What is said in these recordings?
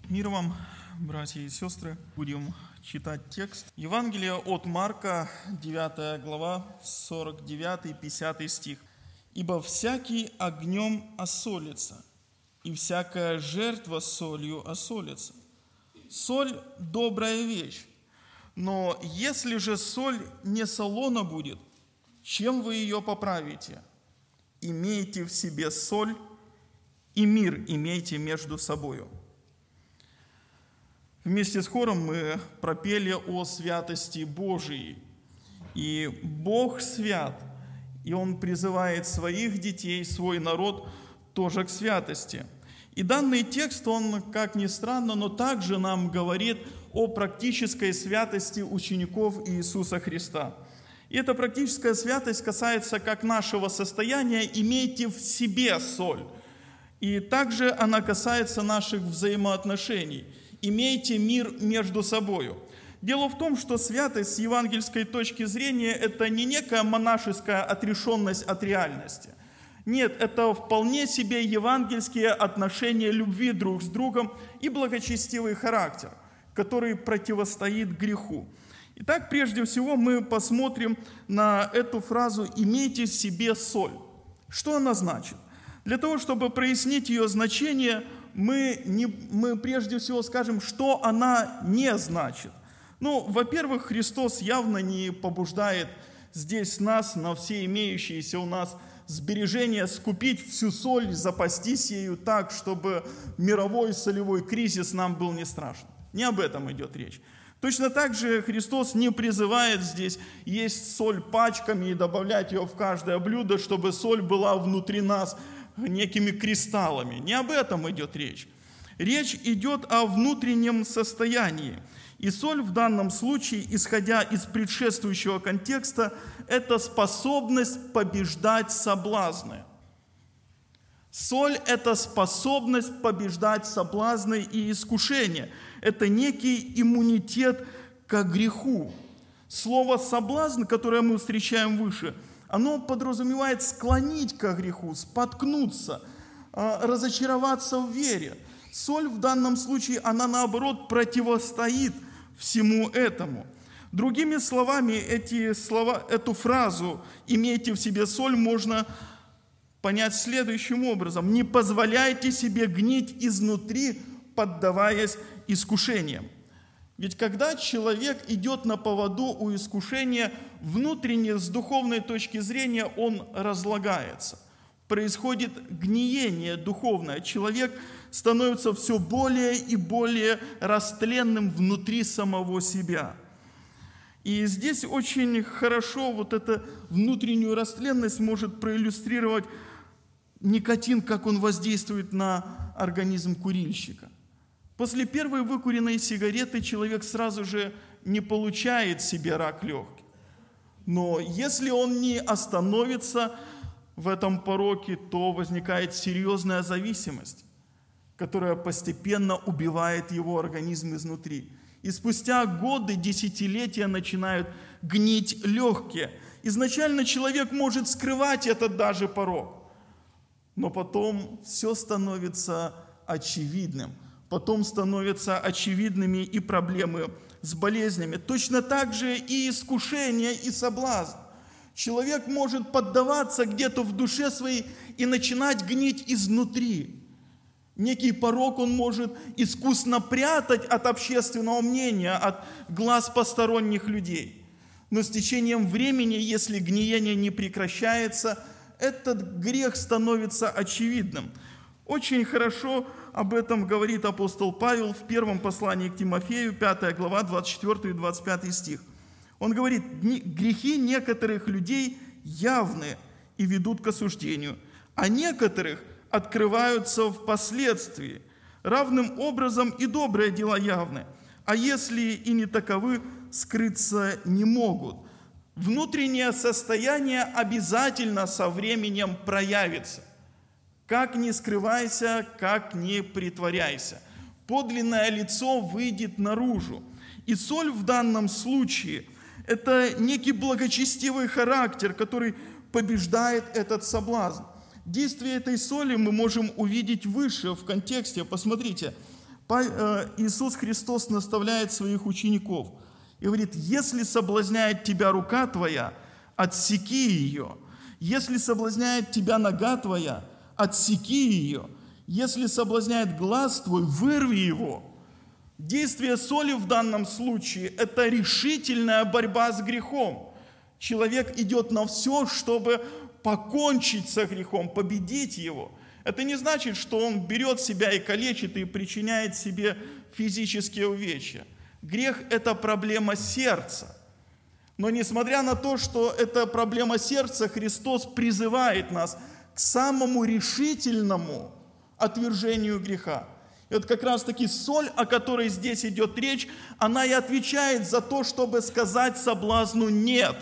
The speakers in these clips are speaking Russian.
Мир вам, братья и сестры. Будем читать текст. Евангелие от Марка, 9 глава, 49-50 стих. «Ибо всякий огнем осолится, и всякая жертва солью осолится. Соль – добрая вещь, но если же соль не солона будет, чем вы ее поправите? Имейте в себе соль, и мир имейте между собою». Вместе с хором мы пропели о святости Божией. И Бог свят, и Он призывает своих детей, свой народ тоже к святости. И данный текст, он, как ни странно, но также нам говорит о практической святости учеников Иисуса Христа. И эта практическая святость касается как нашего состояния «имейте в себе соль». И также она касается наших взаимоотношений. «Имейте мир между собою». Дело в том, что святость с евангельской точки зрения – это не некая монашеская отрешенность от реальности. Нет, это вполне себе евангельские отношения любви друг с другом и благочестивый характер, который противостоит греху. Итак, прежде всего мы посмотрим на эту фразу «имейте в себе соль». Что она значит? Для того, чтобы прояснить ее значение, мы прежде всего скажем, что она не значит. Во-первых, Христос явно не побуждает здесь нас на все имеющиеся у нас сбережения скупить всю соль, запастись ею так, чтобы мировой солевой кризис нам был не страшен. Не об этом идет речь. Точно так же Христос не призывает здесь есть соль пачками и добавлять ее в каждое блюдо, чтобы соль была внутри нас некими кристаллами. Не об этом идет речь. Речь идет о внутреннем состоянии. И соль в данном случае, исходя из предшествующего контекста, это способность побеждать соблазны. Соль – это способность побеждать соблазны и искушения. Это некий иммунитет к греху. Слово «соблазн», которое мы встречаем выше, оно подразумевает склонить ко греху, споткнуться, разочароваться в вере. Соль в данном случае, она наоборот противостоит всему этому. Другими словами, эту фразу «имейте в себе соль» можно понять следующим образом. Не позволяйте себе гнить изнутри, поддаваясь искушениям. Ведь когда человек идет на поводу у искушения, внутренне, с духовной точки зрения, он разлагается. Происходит гниение духовное. Человек становится все более и более растленным внутри самого себя. И здесь очень хорошо вот эта внутреннюю растленность может проиллюстрировать никотин, как он воздействует на организм курильщика. После первой выкуренной сигареты человек сразу же не получает себе рак легких. Но если он не остановится в этом пороке, то возникает серьезная зависимость, которая постепенно убивает его организм изнутри. И спустя годы, десятилетия начинают гнить легкие. Изначально человек может скрывать этот даже порок, но потом все становится очевидным. Потом становятся очевидными и проблемы с болезнями. Точно так же и искушение, и соблазн. Человек может поддаваться где-то в душе своей и начинать гнить изнутри. Некий порок он может искусно прятать от общественного мнения, от глаз посторонних людей. Но с течением времени, если гниение не прекращается, этот грех становится очевидным. Очень хорошо об этом говорит апостол Павел в первом послании к Тимофею, 5 глава, 24 и 25 стих. Он говорит: «Грехи некоторых людей явны и ведут к осуждению, а некоторых открываются впоследствии. Равным образом и добрые дела явны, а если и не таковы, скрыться не могут». Внутреннее состояние обязательно со временем проявится. Как ни скрывайся, как ни притворяйся. Подлинное лицо выйдет наружу. И соль в данном случае – это некий благочестивый характер, который побеждает этот соблазн. Действие этой соли мы можем увидеть выше в контексте. Посмотрите, Иисус Христос наставляет своих учеников и говорит: если соблазняет тебя рука твоя, отсеки ее. Если соблазняет тебя нога твоя, отсеки ее. Если соблазняет глаз твой, вырви его. Действие соли в данном случае – это решительная борьба с грехом. Человек идет на все, чтобы покончить со грехом, победить его. Это не значит, что он берет себя и калечит, и причиняет себе физические увечья. Грех – это проблема сердца. Но несмотря на то, что это проблема сердца, Христос призывает нас к самому решительному отвержению греха. И вот как раз-таки соль, о которой здесь идет речь, она и отвечает за то, чтобы сказать соблазну «нет».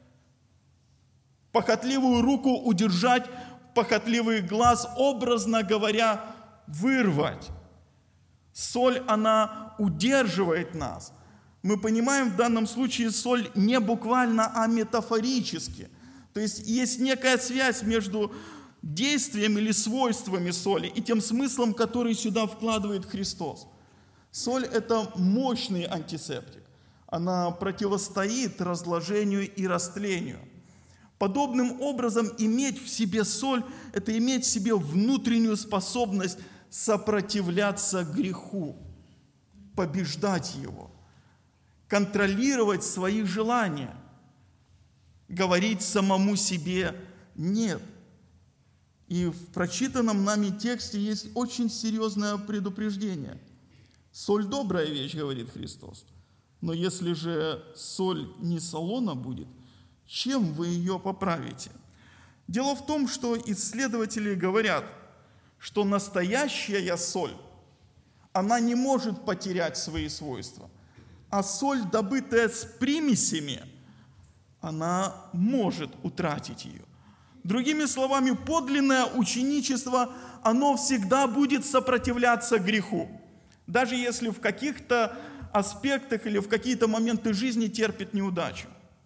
Похотливую руку удержать, похотливый глаз, образно говоря, вырвать. Соль, она удерживает нас. Мы понимаем в данном случае соль не буквально, а метафорически. То есть есть некая связь между действием или свойствами соли и тем смыслом, который сюда вкладывает Христос. Соль – это мощный антисептик. Она противостоит разложению и растлению. Подобным образом иметь в себе соль – это иметь в себе внутреннюю способность сопротивляться греху, побеждать его, контролировать свои желания, говорить самому себе «нет». И в прочитанном нами тексте есть очень серьезное предупреждение. Соль – добрая вещь, говорит Христос. Но если же соль не солона будет, чем вы ее поправите? Дело в том, что исследователи говорят, что настоящая соль, она не может потерять свои свойства. А соль, добытая с примесями, она может утратить ее. Другими словами, подлинное ученичество, оно всегда будет сопротивляться греху. Даже если в каких-то аспектах или в какие-то моменты жизни терпит неудачу.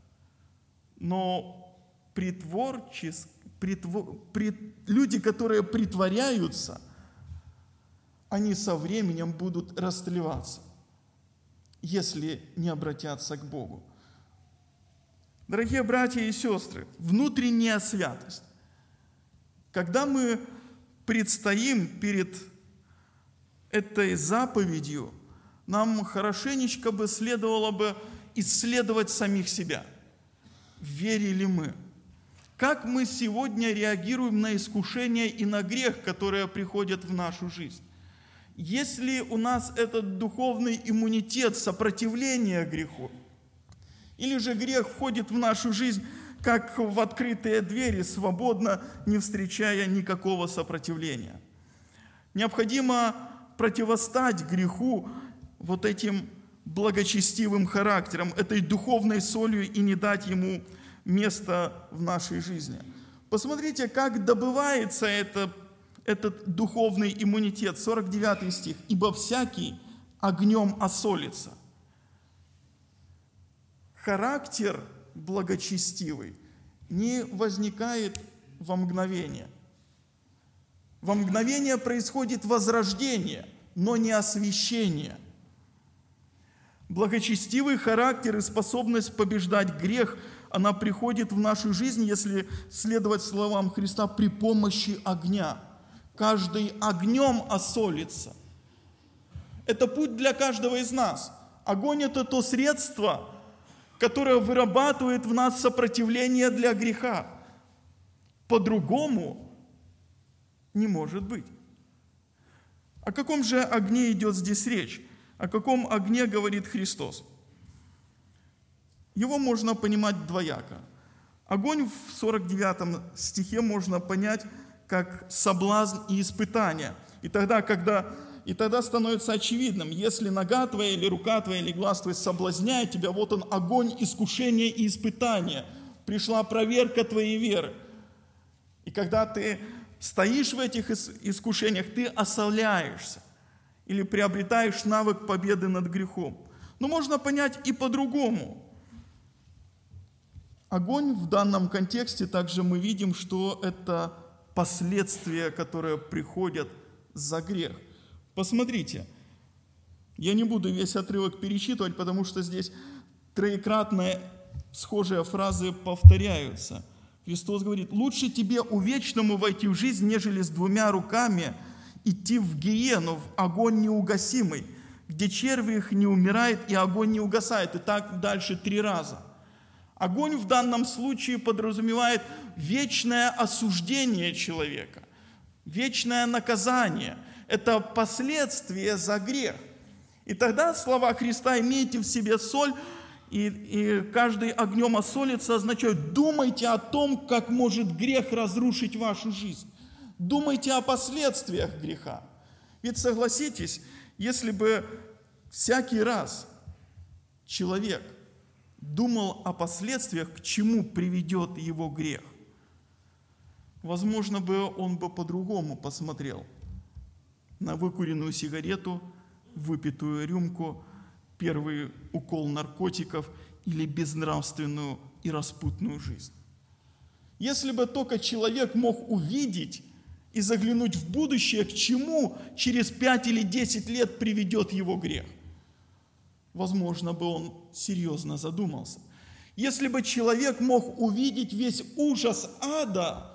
Но люди, которые притворяются, они со временем будут растлеваться, если не обратятся к Богу. Дорогие братья и сестры, внутренняя святость. Когда мы предстоим перед этой заповедью, нам хорошенечко бы следовало бы исследовать самих себя. Верили мы? Как мы сегодня реагируем на искушения и на грех, которые приходят в нашу жизнь? Есть ли у нас этот духовный иммунитет сопротивления греху? Или же грех входит в нашу жизнь, как в открытые двери, свободно, не встречая никакого сопротивления? Необходимо противостать греху вот этим благочестивым характером, этой духовной солью и не дать ему места в нашей жизни. Посмотрите, как добывается этот духовный иммунитет. 49 стих. «Ибо всякий огнем осолится». Характер благочестивый не возникает во мгновение. Во мгновение происходит возрождение, но не освящение. Благочестивый характер и способность побеждать грех, она приходит в нашу жизнь, если следовать словам Христа, при помощи огня. Каждый огнем осолится. Это путь для каждого из нас. Огонь – это то средство, которое вырабатывает в нас сопротивление для греха. По-другому не может быть. О каком же огне идет здесь речь? О каком огне говорит Христос? Его можно понимать двояко. Огонь в 49 стихе можно понять как соблазн и испытание. И тогда становится очевидным, если нога твоя или рука твоя или глаз твой соблазняет тебя, вот он огонь искушения и испытания. Пришла проверка твоей веры. И когда ты стоишь в этих искушениях, ты осоляешься или приобретаешь навык победы над грехом. Но можно понять и по-другому. Огонь в данном контексте также мы видим, что это последствия, которые приходят за грех. Посмотрите, Я не буду весь отрывок перечитывать, потому что здесь троекратно схожие фразы повторяются. Христос говорит: лучше тебе увечному войти в жизнь, нежели с 2 руками идти в гиену, в огонь неугасимый, где червь их не умирает и огонь не угасает. И так дальше 3 раза. Огонь в данном случае подразумевает вечное осуждение человека, вечное наказание. Это последствия за грех. И тогда слова Христа «имейте в себе соль», и каждый огнем осолится, означает: думайте о том, как может грех разрушить вашу жизнь. Думайте о последствиях греха. Ведь согласитесь, если бы всякий раз человек думал о последствиях, к чему приведет его грех, возможно бы он бы по-другому посмотрел на выкуренную сигарету, выпитую рюмку, первый укол наркотиков или безнравственную и распутную жизнь. Если бы только человек мог увидеть и заглянуть в будущее, к чему через 5 или 10 лет приведет его грех, возможно бы он серьезно задумался. Если бы человек мог увидеть весь ужас ада,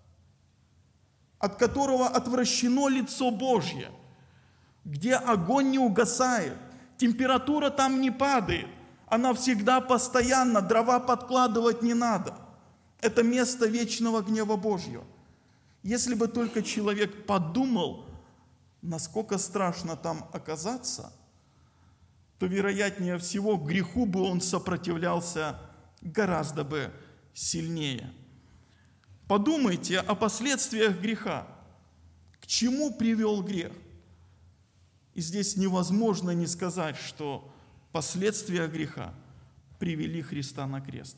от которого отвращено лицо Божье, где огонь не угасает, температура там не падает, она всегда постоянна, дрова подкладывать не надо. Это место вечного гнева Божьего. Если бы только человек подумал, насколько страшно там оказаться, то, вероятнее всего, греху бы он сопротивлялся гораздо бы сильнее. Подумайте о последствиях греха. К чему привел грех? И здесь невозможно не сказать, что последствия греха привели Христа на крест.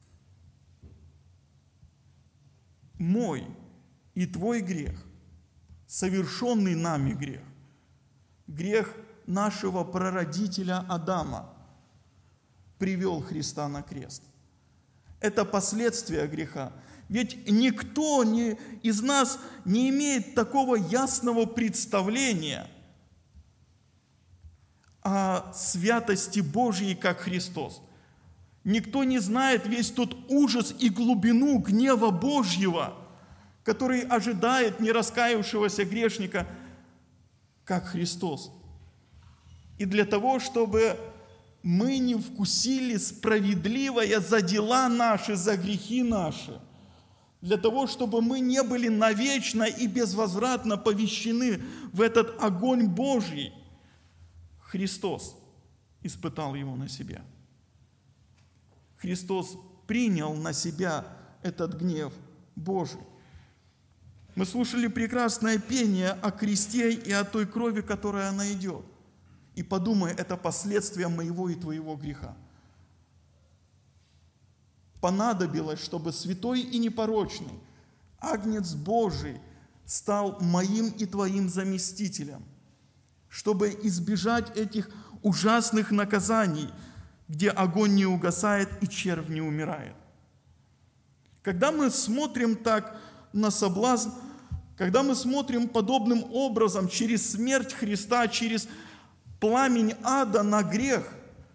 Мой и твой грех, совершенный нами грех, грех нашего прародителя Адама, привел Христа на крест. Это последствия греха. Ведь никто из нас не имеет такого ясного представления о святости Божьей, как Христос. Никто не знает весь тот ужас и глубину гнева Божьего, который ожидает нераскаявшегося грешника, как Христос. И для того, чтобы мы не вкусили справедливое за дела наши, за грехи наши, для того, чтобы мы не были навечно и безвозвратно повещены в этот огонь Божий, Христос испытал его на себя. Христос принял на себя этот гнев Божий. Мы слушали прекрасное пение о кресте и о той крови, которая она идет. И подумай, это последствия моего и твоего греха. Понадобилось, чтобы святой и непорочный Агнец Божий стал моим и твоим заместителем, чтобы избежать этих ужасных наказаний, где огонь не угасает и червь не умирает. Когда мы смотрим так на соблазн, когда мы смотрим подобным образом через смерть Христа, через пламень ада на грех,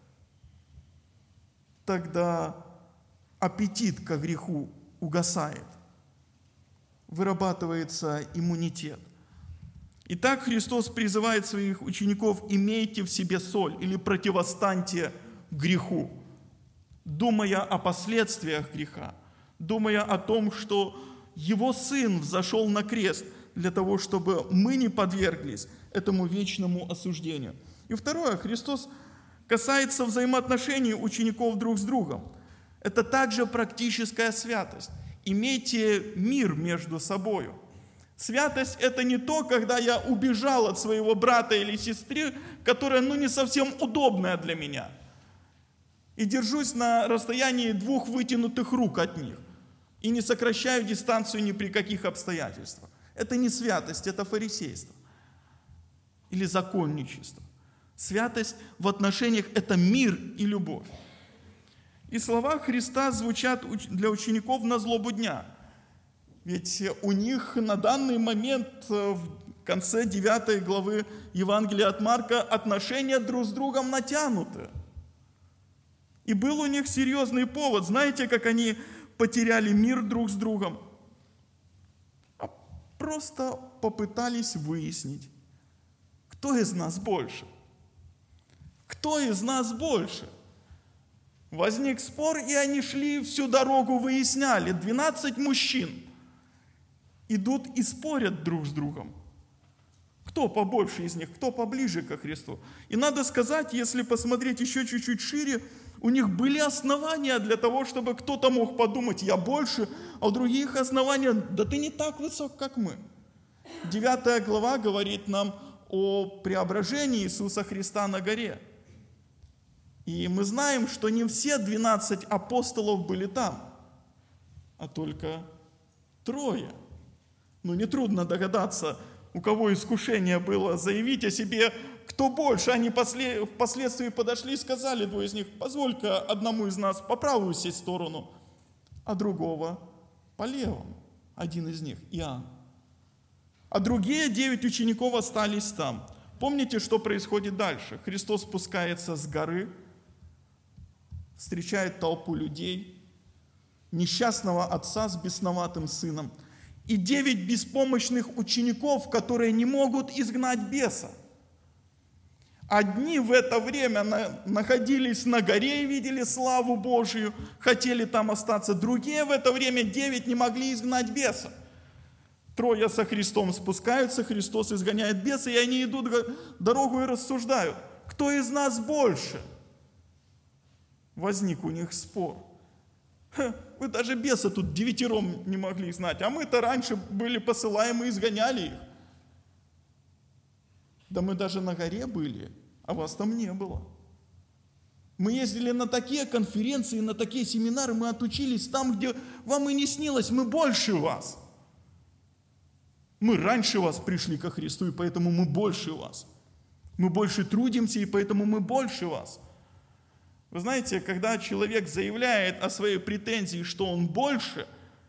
тогда аппетит ко греху угасает, вырабатывается иммунитет. Итак, Христос призывает своих учеников: имейте в себе соль или противостаньте греху, думая о последствиях греха, думая о том, что Его Сын взошел на крест для того, чтобы мы не подверглись этому вечному осуждению. И второе, Христос касается взаимоотношений учеников друг с другом. Это также практическая святость. Имейте мир между собою. Святость – это не то, когда я убежал от своего брата или сестры, которая не совсем удобная для меня, и держусь на расстоянии 2 вытянутых рук от них, и не сокращаю дистанцию ни при каких обстоятельствах. Это не святость, это фарисейство или законничество. Святость в отношениях – это мир и любовь. И слова Христа звучат для учеников на злобу дня. Ведь у них на данный момент в конце 9 главы Евангелия от Марка отношения друг с другом натянуты. И был у них серьезный повод. Знаете, как они потеряли мир друг с другом? Просто попытались выяснить, кто из нас больше. Кто из нас больше? Возник спор, и они шли всю дорогу, выясняли. 12 мужчин идут и спорят друг с другом. Кто побольше из них, кто поближе ко Христу. И надо сказать, если посмотреть еще чуть-чуть шире, у них были основания для того, чтобы кто-то мог подумать, я больше, а у других основания, да ты не так высок, как мы. 9 глава говорит нам о преображении Иисуса Христа на горе. И мы знаем, что не все 12 апостолов были там, а только 3. Нетрудно догадаться, у кого искушение было заявить о себе, кто больше. Они впоследствии подошли и сказали, 2 из них, позволь-ка одному из нас по правую сесть сторону, а другого по левому. Один из них, Иоанн. А другие 9 учеников остались там. Помните, что происходит дальше? Христос спускается с горы, встречает толпу людей, несчастного отца с бесноватым сыном и 9 беспомощных учеников, которые не могут изгнать беса. Одни в это время находились на горе и видели славу Божию, хотели там остаться. Другие в это время 9 не могли изгнать беса. 3 со Христом спускаются, Христос изгоняет беса, и они идут дорогу и рассуждают. Кто из нас больше? Возник у них спор. Вы даже беса тут 9 не могли изгнать, а мы-то раньше были посылаемы и изгоняли их. Да мы даже на горе были, а вас там не было. Мы ездили на такие конференции, на такие семинары, мы отучились там, где вам и не снилось, мы больше вас. Мы раньше вас пришли ко Христу, и поэтому мы больше вас. Мы больше трудимся, и поэтому мы больше вас. Вы знаете, когда человек заявляет о своей претензии, что он больше,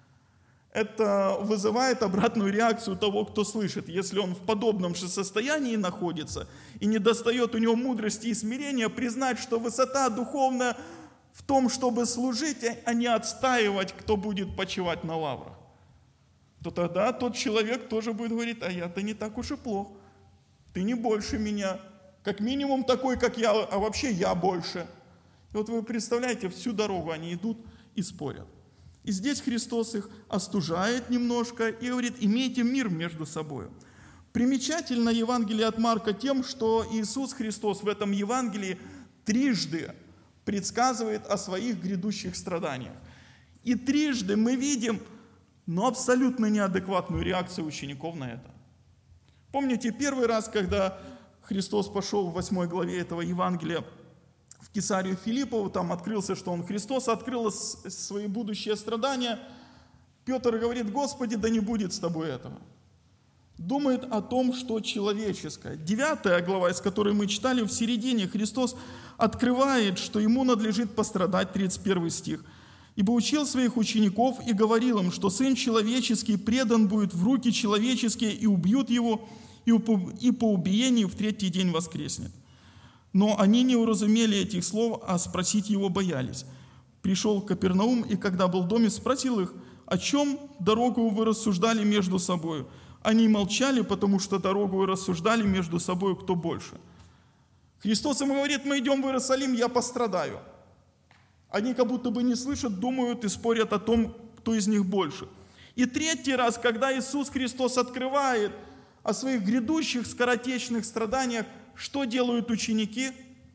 это вызывает обратную реакцию того, кто слышит. Если он в подобном же состоянии находится и не достает у него мудрости и смирения признать, что высота духовная в том, чтобы служить, а не отстаивать, кто будет почивать на лаврах, то тогда тот человек тоже будет говорить, а я-то не так уж и плох. Ты не больше меня. Как минимум такой, как я, а вообще я больше. И вот вы представляете, всю дорогу они идут и спорят. И здесь Христос их остужает немножко и говорит, имейте мир между собой. Примечательно Евангелие от Марка тем, что Иисус Христос в этом Евангелии трижды предсказывает о своих грядущих страданиях. И трижды мы видим, абсолютно неадекватную реакцию учеников на это. Помните, первый раз, когда Христос пошел в 8 главе этого Евангелия в Кесарию Филиппову, там открылся, что Он Христос, открыл свои будущие страдания. Петр говорит, Господи, да не будет с тобой этого. Думает о том, что человеческое. 9 глава, из которой мы читали, в середине Христос открывает, что Ему надлежит пострадать, 31 стих. «Ибо учил своих учеников и говорил им, что Сын Человеческий предан будет в руки человеческие, и убьют Его, и по убиению в 3-й день воскреснет. Но они не уразумели этих слов, а спросить Его боялись. Пришел в Капернаум, и когда был в доме, спросил их, о чем дорогу вы рассуждали между собой? Они молчали, потому что дорогу рассуждали между собой, кто больше. Христос им говорит, мы идем в Иерусалим, я пострадаю. Они как будто бы не слышат, думают и спорят о том, кто из них больше. И 3-й раз, когда Иисус Христос открывает о своих грядущих скоротечных страданиях, что делают ученики?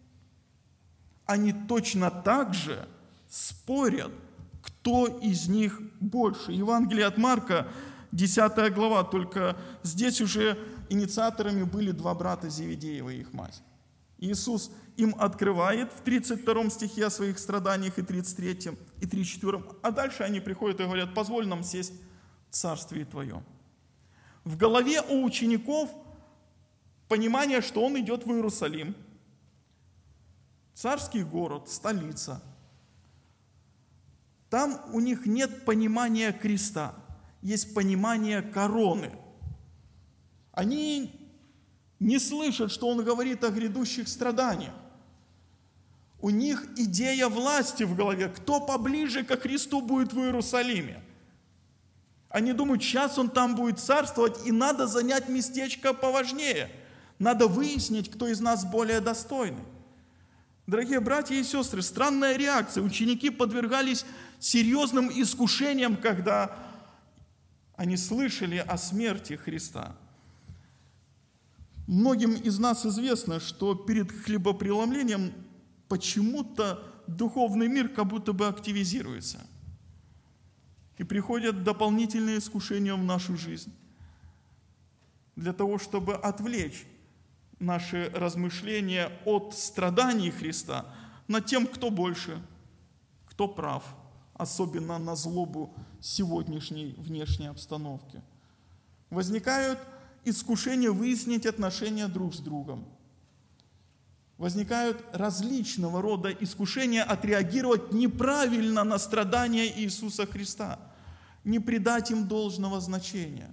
Они точно так же спорят, кто из них больше. Евангелие от Марка, 10 глава, только здесь уже инициаторами были 2 брата Зеведеева и их мать. Иисус им открывает в 32 стихе о своих страданиях и 33 и 34, а дальше они приходят и говорят, позволь нам сесть в Царствие Твоем. В голове у учеников понимание, что он идет в Иерусалим, царский город, столица. Там у них нет понимания креста, есть понимание короны. Они не слышат, что Он говорит о грядущих страданиях. У них идея власти в голове. Кто поближе ко Христу будет в Иерусалиме? Они думают, сейчас Он там будет царствовать, и надо занять местечко поважнее. Надо выяснить, кто из нас более достойный. Дорогие братья и сестры, странная реакция. Ученики подвергались серьезным искушениям, когда они слышали о смерти Христа. Многим из нас известно, что перед хлебопреломлением почему-то духовный мир как будто бы активизируется. И приходят дополнительные искушения в нашу жизнь для того, чтобы отвлечь наши размышления от страданий Христа над тем, кто больше, кто прав, особенно на злобу сегодняшней внешней обстановки. Возникают искушения выяснить отношения друг с другом. Возникают различного рода искушения отреагировать неправильно на страдания Иисуса Христа, не придать им должного значения.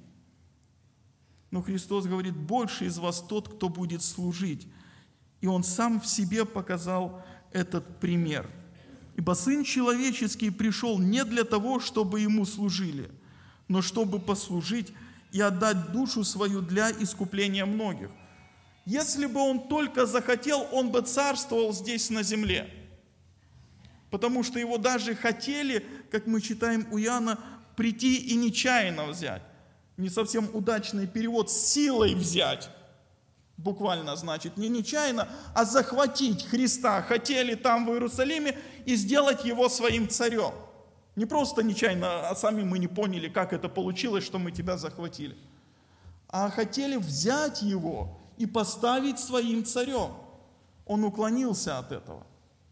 Но Христос говорит, больше из вас тот, кто будет служить. И Он сам в себе показал этот пример. Ибо Сын Человеческий пришел не для того, чтобы Ему служили, но чтобы послужить и отдать душу свою для искупления многих. Если бы Он только захотел, Он бы царствовал здесь на земле. Потому что Его даже хотели, как мы читаем у Иоанна, прийти и нечаянно взять. Не совсем удачный перевод, силой взять. Буквально значит, не нечаянно, а захватить Христа. Хотели там в Иерусалиме и сделать Его своим царем. Не просто нечаянно, а сами мы не поняли, как это получилось, что мы тебя захватили. А хотели взять Его и поставить своим царем. Он уклонился от этого.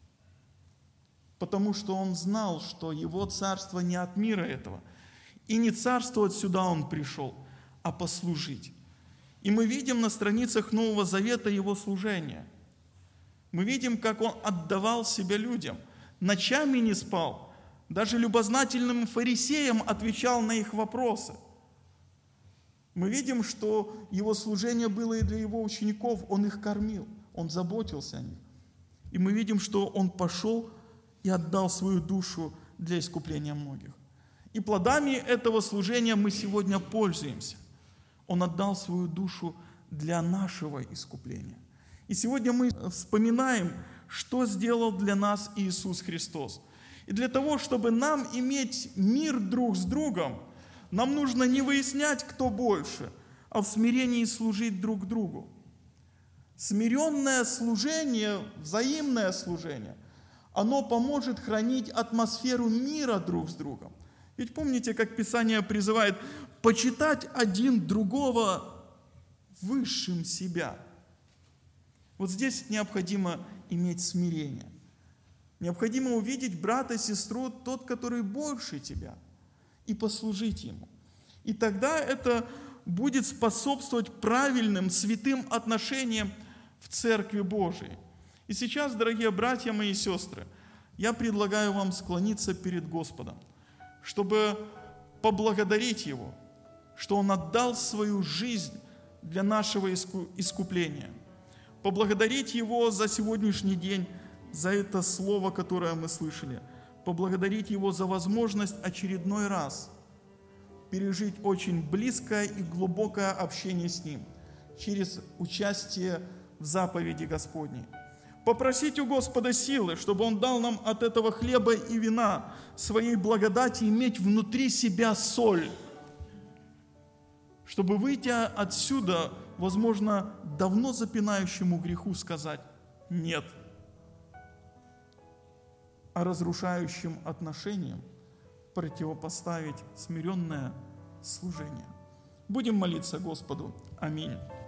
Потому что Он знал, что Его царство не от мира этого. И не царствовать сюда Он пришел, а послужить. И мы видим на страницах Нового Завета Его служение. Мы видим, как Он отдавал себя людям. Ночами не спал. Даже любознательным фарисеям отвечал на их вопросы. Мы видим, что Его служение было и для Его учеников. Он их кормил, Он заботился о них. И мы видим, что Он пошел и отдал свою душу для искупления многих. И плодами этого служения мы сегодня пользуемся. Он отдал свою душу для нашего искупления. И сегодня мы вспоминаем, что сделал для нас Иисус Христос. И для того, чтобы нам иметь мир друг с другом, нам нужно не выяснять, кто больше, а в смирении служить друг другу. Смиренное служение, взаимное служение, оно поможет хранить атмосферу мира друг с другом. Ведь помните, как Писание призывает почитать один другого высшим себя. Вот здесь необходимо иметь смирение. Необходимо увидеть брата, сестру, тот, который больше тебя, и послужить ему. И тогда это будет способствовать правильным, святым отношениям в Церкви Божией. И сейчас, дорогие братья мои и сестры, я предлагаю вам склониться перед Господом, чтобы поблагодарить Его, что Он отдал свою жизнь для нашего искупления. Поблагодарить Его за сегодняшний день, за это слово, которое мы слышали. Поблагодарить Его за возможность очередной раз пережить очень близкое и глубокое общение с Ним через участие в заповеди Господней. Попросить у Господа силы, чтобы Он дал нам от этого хлеба и вина своей благодати иметь внутри себя соль, чтобы, выйдя отсюда, возможно, давно запинающему греху сказать «нет», а разрушающим отношениям противопоставить смиренное служение. Будем молиться Господу. Аминь.